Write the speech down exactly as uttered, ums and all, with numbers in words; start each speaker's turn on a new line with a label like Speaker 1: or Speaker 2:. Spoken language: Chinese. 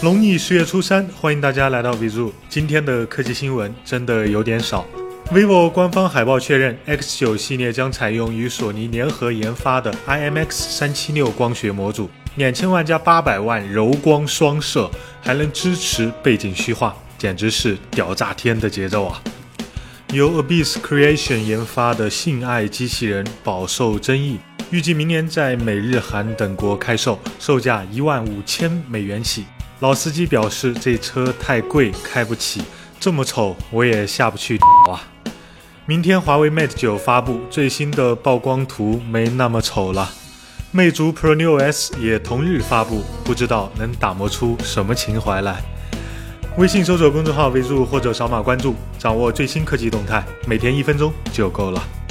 Speaker 1: 龙逆十月初三，欢迎大家来到 Vizu。今天的科技新闻真的有点少。vivo 官方海报确认 X 九 系列将采用与索尼联合研发的 I M X 三七六光学模组，两千万加八百万柔光双摄，还能支持背景虚化，简直是屌炸天的节奏啊！由 Abyss Creation 研发的性爱机器人饱受争议，预计明年在美日韩等国开售，售价一万五千美元起。老司机表示这车太贵，开不起，这么丑我也下不去啊！明天华为 Mate 九发布，最新的曝光图没那么丑了。魅族 Pro Neo S 也同日发布，不知道能打磨出什么情怀来。微信搜索公众号 Vizu 或者扫码关注，掌握最新科技动态，每天一分钟就够了。